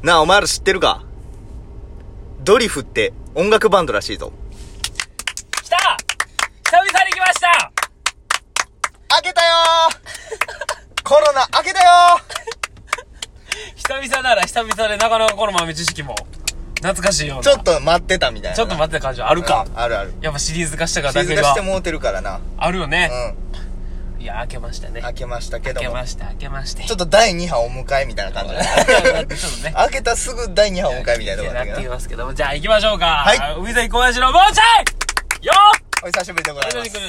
なあ、お前ら知ってるか？ドリフって音楽バンドらしいぞ。 来た！久々に来ました！ 開けたよーコロナ開けたよー久々なら久々でなかなかこの豆知識も懐かしいような。 ちょっと待ってたみたいな。 ちょっと待ってた感じはあるか、 あるある。 やっぱシリーズ化したからシリーズだけが化してもうてるからな。 あるよね。 うん。 いや、開けましたね。 開けましたけども。 開けまして。 ちょっと第2波お迎えみたいな感じだね。 ちょっとね。 開けたすぐ第2波お迎えみたいなとこだなってけど。 きますけども、じゃあ行きましょうか。 はい。 海崎小林のもうちょいよお久しぶりでございます。 ー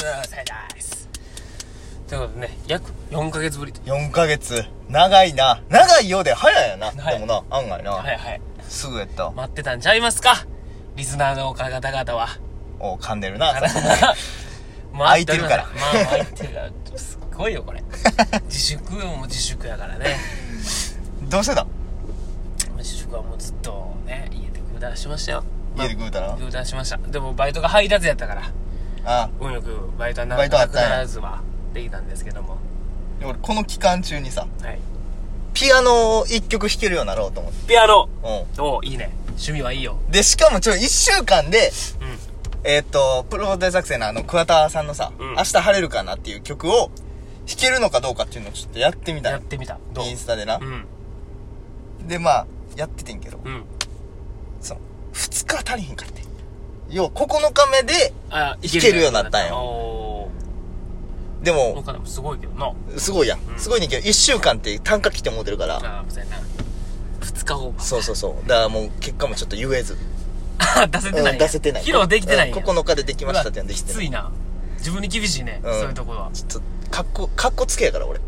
ということでね、約4ヶ月ぶり。 4ヶ月。長いな。長いようで早いやな。 はいでもな、案外な。 はいはい。 すぐやった。 待ってたんちゃいますか、リスナーの方々は。 お、噛んでるな。 空いてるからまあ空いてるからすごいよこれ。自粛も自粛やからね。 どうしてた？ 自粛はもうずっとね、家でグータラしましたよ。 家で食うたら？ グータラしました。でもバイトが配達やったから、 あ運よくバイトはなバイトあったんやくならずはできたんですけども。 あ。俺、この期間中にさ、 はい。 ピアノを1曲弾けるようになろうと思って。 ピアノ。 うお、いいね。趣味はいいよ。 ん。で、しかも1週間で、 うん。 プロ大作戦の桑田さんのさ、 うん明日晴れるかなっていう曲を弾けるのかどうかっていうのをちょっとやってみたい。 やってみた。どう？ インスタでな。 うん。 で、まあ、やっててんけど、 うん。 その、2日足りひんかって。要は9日目で、 あ、 弾けるようになったんよおでー。 も、 他でもすごいけどな。 すごいやん。 うんすごいねんけど、1週間って単価来てもうてるから、 ああ、そうやな。2日後。 そうそうそう。だからもう結果もちょっと言えず。 あ、出せてないんや。 出せてない。 披露できてないんや。 9日でできましたってのでききてない。 ついな。自分に厳しいね。そういうところは。 ちょっと、かっこつけやから俺。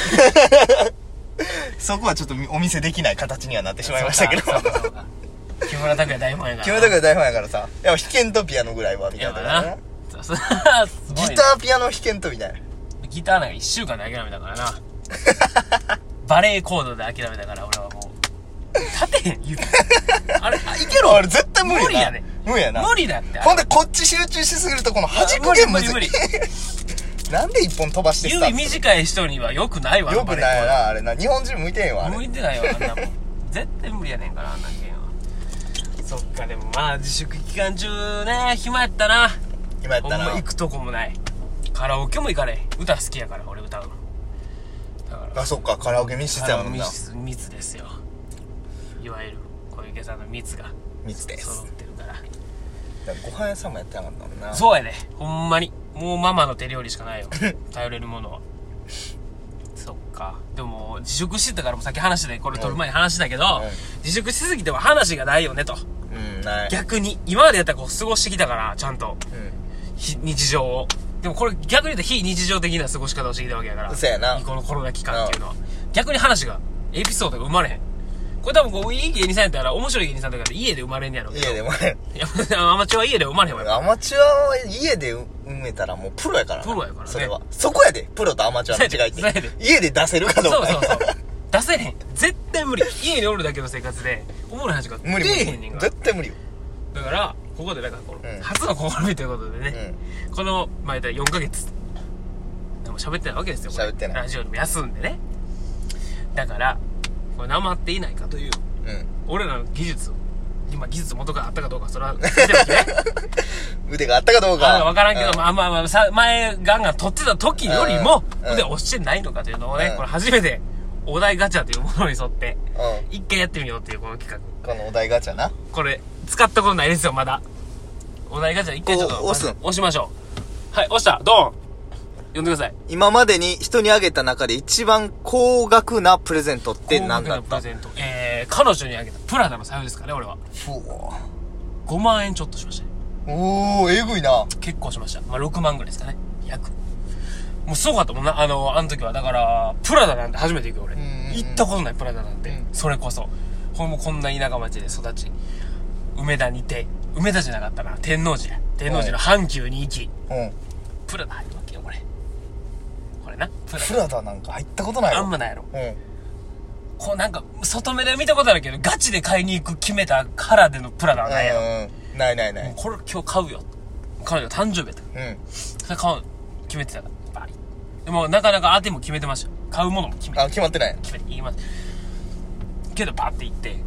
そこはちょっとお見せできない形にはなってしまいましたけど。 そうかそうか。木村拓哉大ファンやから。 木村拓哉大ファンやからさ、やっぱ弾けんとピアノぐらいは、みたいなとこやね。 な。すごいねギターピアノ弾けんとみたいな。 ギターなんか1週間で諦めたからな。バレエコードで諦めたから俺はもう。立てへん言うて。あれ、いけろ。 あれ絶対無理やな。 無理やね。 無理やな。 無理だって。 ほんでこっち集中しすぎるとこの弾く弦むずい。 無理。 なんで一本飛ばしてさ。 指短い人には良くないわ。 よくないな、あれな。日本人向いてへんわ、あれ。 向いてないわ、あんなもん。絶対無理やねんから、あんな件は。そっか、でもまあ、自粛期間中ね、暇やったな。 今やったな。 ほんま行くとこもない。カラオケも行かれへん。歌好きやから、俺歌うの。だから。 あ、そっか、カラオケ密室やもんな。 密ですよ。いわゆる、小池さんの密が。 密です。 揃ってるから。 ご飯屋さんもやってなかったもんな。 そうやで、ほんまに。もうママの手料理しかないよ。頼れるものは。そっか。でも、自粛してたからもさっき話してた、これ撮る前に話したけど、自粛しすぎては話がないよねと。 うん、ない。 逆に、今までやったらこう過ごしてきたから、ちゃんと、日常を。でもこれ逆に言うと非日常的な過ごし方をしてきたわけやから。 そうやな。 このコロナ期間っていうのは。逆に話が、エピソードが生まれへん。これ多分こう、いい芸人さんやったら、面白い芸人さんだから家で生まれんねやろ。 家で生まれる。 いや、アマチュアは家で生まれへんわよ。 アマチュアは家で埋めたらもうプロやからな。 プロやからねそれは。そこやで、プロとアマチュアの違いっそうやでて。家で出せるかどうか。 そう。出せへん。絶対無理。家におるだけの生活で、おもろい話が出無理えへんねんから。 絶対無理よ。 だから、ここでなんかこの、 うん初の試みということでね、この、まあ、言ったら4ヶ月、でも喋ってないわけですよ。これ喋ってないラジオでも休んでね。だから、これなまっていないかという、俺らの技術、今技術元があったかどうか、それは、見てみてね。 腕があったかどうか。 わからんけど、まあ、前ガンガン撮ってた時よりも、腕落ちてないのかというのをね、これ初めて、お題ガチャというものに沿って、一回やってみようっていうこの企画。 このお題ガチャな。 これ、使ったことないですよ、まだ。お題ガチャ一回ちょっと、押しましょう。はい、押した。ドーン読んでください。 今までに人にあげた中で一番高額なプレゼントって何だった？ 高額なプレゼント。彼女にあげたプラダの財布ですかね、俺は。5万円ちょっとしましたね。 おー、えぐいな。 結構しました。まあ、6万ぐらいですかね。約。もうすごかったもんな、あの時は。だから、プラダなんて初めて行くよ、俺。行ったことない、プラダなんて。それこそ。ほんもこんな田舎町で育ち。梅田にて、梅田じゃなかったな、天王寺や。天王寺の阪急に行き。プラダ入るわけよ、これ。これな。 プラダなんか入ったことないよ。 あんまないやろ。こうなんか、外目で見たことあるけど、ガチで買いに行く決めたカラーでのプラダはないやろ。 ない。 これ今日買うよ。彼女誕生日やった。それ買う決めてたから、バリ。でもなかなか当ても決めてましたよ。買うものも決めて。 決まってない。 決めて言います。けどバーって行って、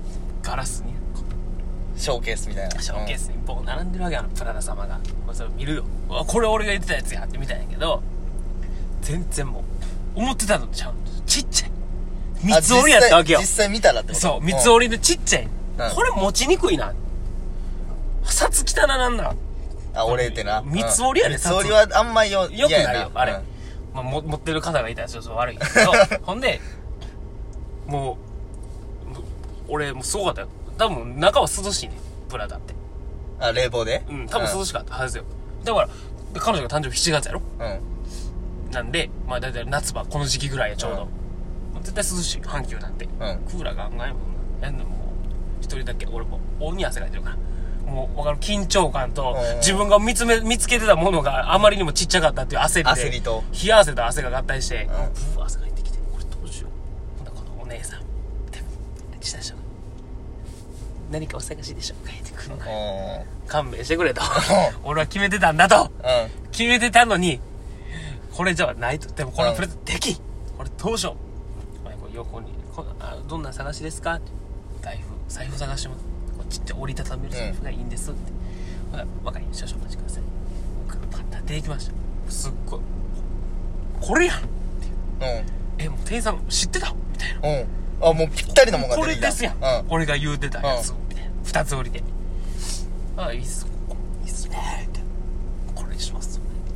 ガラスにショーケースみたいな。 ショーケースにボーン並んでるわけやの、プラダ様が。それ見るよ。これ俺が言ってたやつやって見たんやけど、全然もう、思ってたのとちゃう。ちっちゃい。三つ折りやったわけよ。 実際見たらってこと？ そう、三つ折りのちっちゃい。これ持ちにくいな。札汚なんな。 あ、俺ってな。 三つ折りやで、 三つ折りはあんまよくないよ、あれ。まあ、持ってる方がいたらちょっと悪いけど、ほんで、もう、俺もうすごかったよ。多分中は涼しいね、プラダって。 あ、冷房で？ うん、多分涼しかったはずよ。だから、彼女が誕生日7月やろ？なんで、まあだいたい夏場、この時期ぐらいや、ちょうど。絶対涼しい、阪急なんて。クーラーが案外もんな。やんのもう、一人だけ、俺も、大に汗かいてるから。もう、わかる緊張感と、自分が見つけてたものがあまりにもちっちゃかったっていう焦りで。 焦りと。 冷や汗と汗が合体して、ブー汗かいてきて、これどうしよう。ほんだこのお姉さん、したでしょ。何かお探しでしょうかってくるの。勘弁してくれと。俺は決めてたんだと。決めてたのに、これじゃないと。でもこのプレゼントできん。これどうしよう。横に、どんな探しですかって。財布探してもこっちって折りたためる財布がいいんですって。わかりました。少々お待ちください。僕パッと出てきました。すっごい。これやんっていう。もう店員さん知ってたみたいな。 あ、もうぴったりのもんが出てきた。 これですやん。俺が言うてたやつみたいな。二つ折りで。いいっす。いいっすね。これにします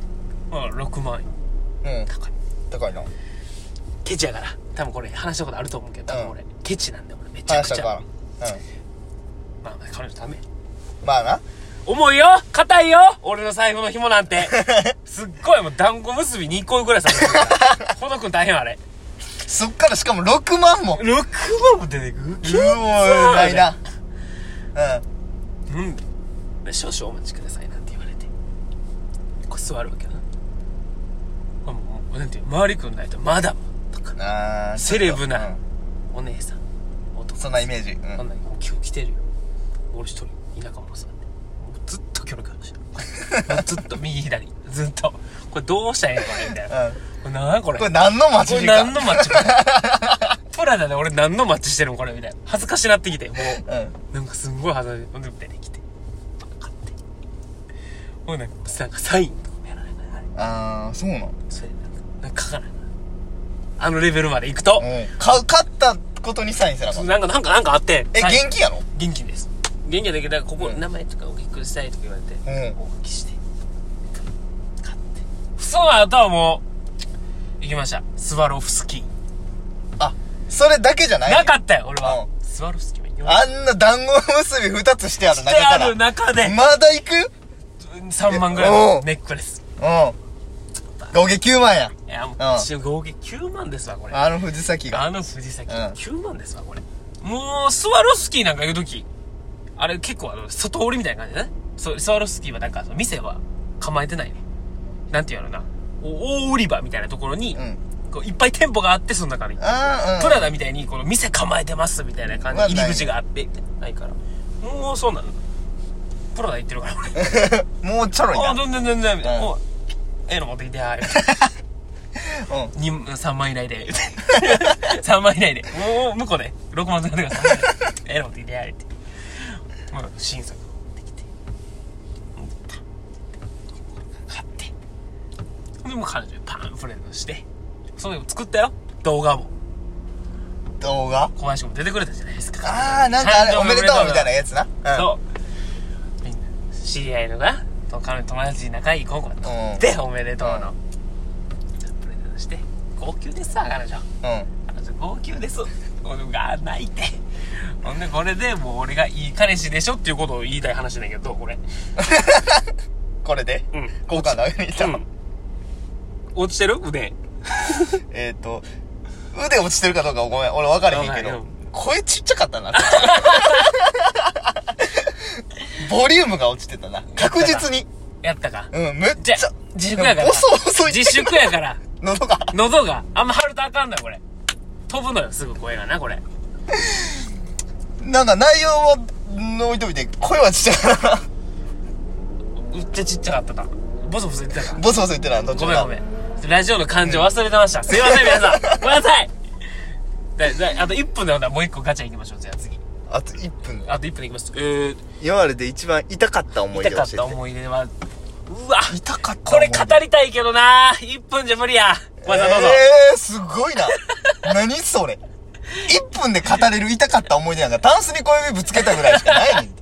。6万円。 高いな。 ケチやから。多分これ話したことあると思うけど、多分俺、ケチなんだよ、俺。めちゃくちゃ。まあ、彼女ダメ。 まあな。 重いよ硬いよ俺の財布の紐なんて。すっごいもう団子結び2個ぐらいされてるから。ほどくん大変あれ。 そっからしかも6万も。 6万も出てくる。 ないな。 で、少々お待ちくださいなんて言われて。こう座るわけよな。もう、なんていう、周りくんないとマダムとか、セレブなお姉さん、男。 そんなイメージ。 そんなに今日来てるよ。俺一人、田舎者さんで。もうずっとキョロキョロしてる。ずっと右左。ずっと。これどうしたらええのかみたいな。これ何これ。 これ何の街これ何の街か。プラダで俺何の街してるのこれみたいな。恥ずかしなってきて、もう。なんかすんごい恥ずかしい。ほんで出てきて。買って。ほんで、なんかサインとかもやらないから。 そうなの？ それなんか書かない。あのレベルまで行くと。 買ったことにサインせなかった。 なんかあって。 現金やろ？ 現金です。現金だけど、ここ、名前とかお聞きくださいとか言われて、お書きして、買って。その後はもう、行きました。スワロフスキー。 あ、それだけじゃない？ なかったよ、俺は。スワロフスキーも行きました。 あんな団子結び2つしてある中から。 してある中で。 まだ行く？ 3万ぐらいのネックレス。 合計9万や。 いや、もう、合計9万ですわ、これ。 あの藤崎が。 9万ですわ、これ。もう、スワロフスキーなんか言うとき、あれ結構外折りみたいな感じでね。スワロフスキーはなんか、店は構えてないね。なんていうのな。大売り場みたいなところに、こういっぱい店舗があって、その中に。プラダみたいに、この店構えてますみたいな感じ、入り口があって、ないから。もうそうなの。プラダ行ってるから、俺。 もうちょろいな。 全然、みたいな。の持ってきてや、3万以内で。3万以内で。もう、向こうで。6万とかで。の持ってきてや、って。新作持ってきて。買って。でも彼女にパンプレゼントして。それを作ったよ。動画も。 動画？ 小林くんも出てくれたじゃないですか。 なんかあれ、おめでとうみたいなやつな。 そう。みんな、知り合いのが、彼女友達仲いい子で、おめでとうの。プレゼントして、号泣ですさ、彼女。彼女、号泣です。俺が泣いて。ほんで、これでもう俺がいい彼氏でしょっていうことを言いたい話だけど、これ。 これで？好感度上げにいった。 落ちてる？腕。 腕落ちてるかどうかごめん、俺分かれへんけど、声ちっちゃかったな。ボリュームが落ちてたな。確実に。 やったか。 めっちゃ。 自粛やから。自粛やから。喉が。あんま張るとあかんだよ、これ。飛ぶのよ、すぐ声がな、これ。 なんか内容は置いといて、声はちっちゃかった。 めっちゃちっちゃかったな。ボソボソ言ってたから。 ボソボソ言ってたな、どっちも。 ごめん。ラジオの感情忘れてました。すいません、皆さん。ごめんなさい。あと1分でほんならもう1個ガチャ行きましょう、じゃあ次。 あと1分。 あと1分でいきます。 今までで一番痛かった思い出を教えて。 痛かった思い出は、うわ、 痛かったこれ語りたいけどな。1分じゃ無理や。小林さんどうぞ。 すごいな。何それ。1分で語れる痛かった思い出なんか、タンスに小指ぶつけたぐらいしかないねん。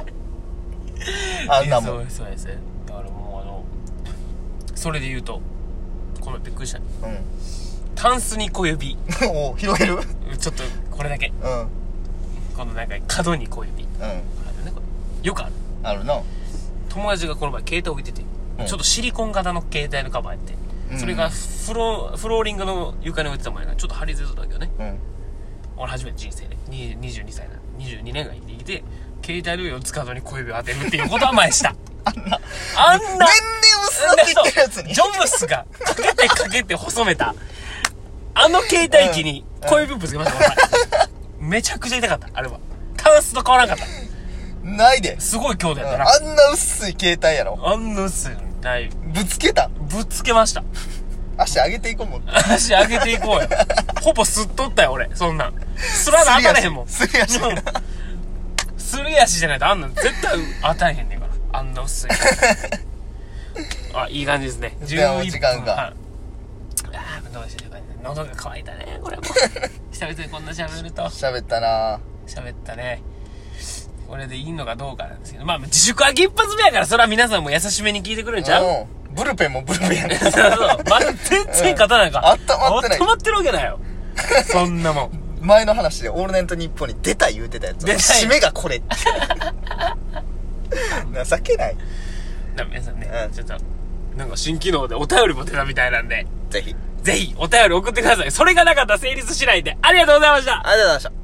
あんなもん。 そうですね。だからもうそれで言うと、このびっくりした。タンスに小指。 お広げる？ ちょっと、これだけ。このなんか、角に小指。あるね、これ。よくある。 あるな。 友達がこの前携帯置いてて、ちょっとシリコン型の携帯のカバーやって、それがフローリングの床に置いてたもんやから、ちょっと張り付いてたけどね。俺初めて人生で、22歳な、22年が生きてきて、携帯の4つ角に小指を当てるっていうことは前した。あんな年々薄く切ってるやつに。 ジョブスがかけて細めた。あの携帯機に小指ぶつけました、めちゃくちゃ痛かった、あれは。タンスと変わらんかった。 ないで。 すごい強度やったな。 あんな薄い携帯やろ。 あんな薄いのない。 ぶつけた？ ぶつけました。 足上げていこうもん。 足上げていこうよ。ほぼすっとったよ、俺。そんなん。すらな当たれへんもん。 すり足。 すり足じゃないとあんなん絶対当たれへんねんから。あんな薄い。あ、いい感じですね。 11分。時間が。 どうしようかね。喉が渇いたね、これも。久々にこんな喋ると。 喋ったな。 喋ったね。これでいいのかどうかなんですけど。まあ、自粛明け一発目やから、それは皆さんも優しめに聞いてくれるんちゃう？ ブルペンもブルペンやねん。 そうそう。まだ全然肩なんか。 あったまってない。 あったまってるわけだよ。そんなもん。 前の話でオールナイトニッポンに出た言うてたやつ。締めがこれって。情けない。 皆さんね、ちょっと、なんか新機能でお便りも出たみたいなんで。 ぜひお便り送ってください。それがなかったら成立しないんで。ありがとうございました。 ありがとうございました。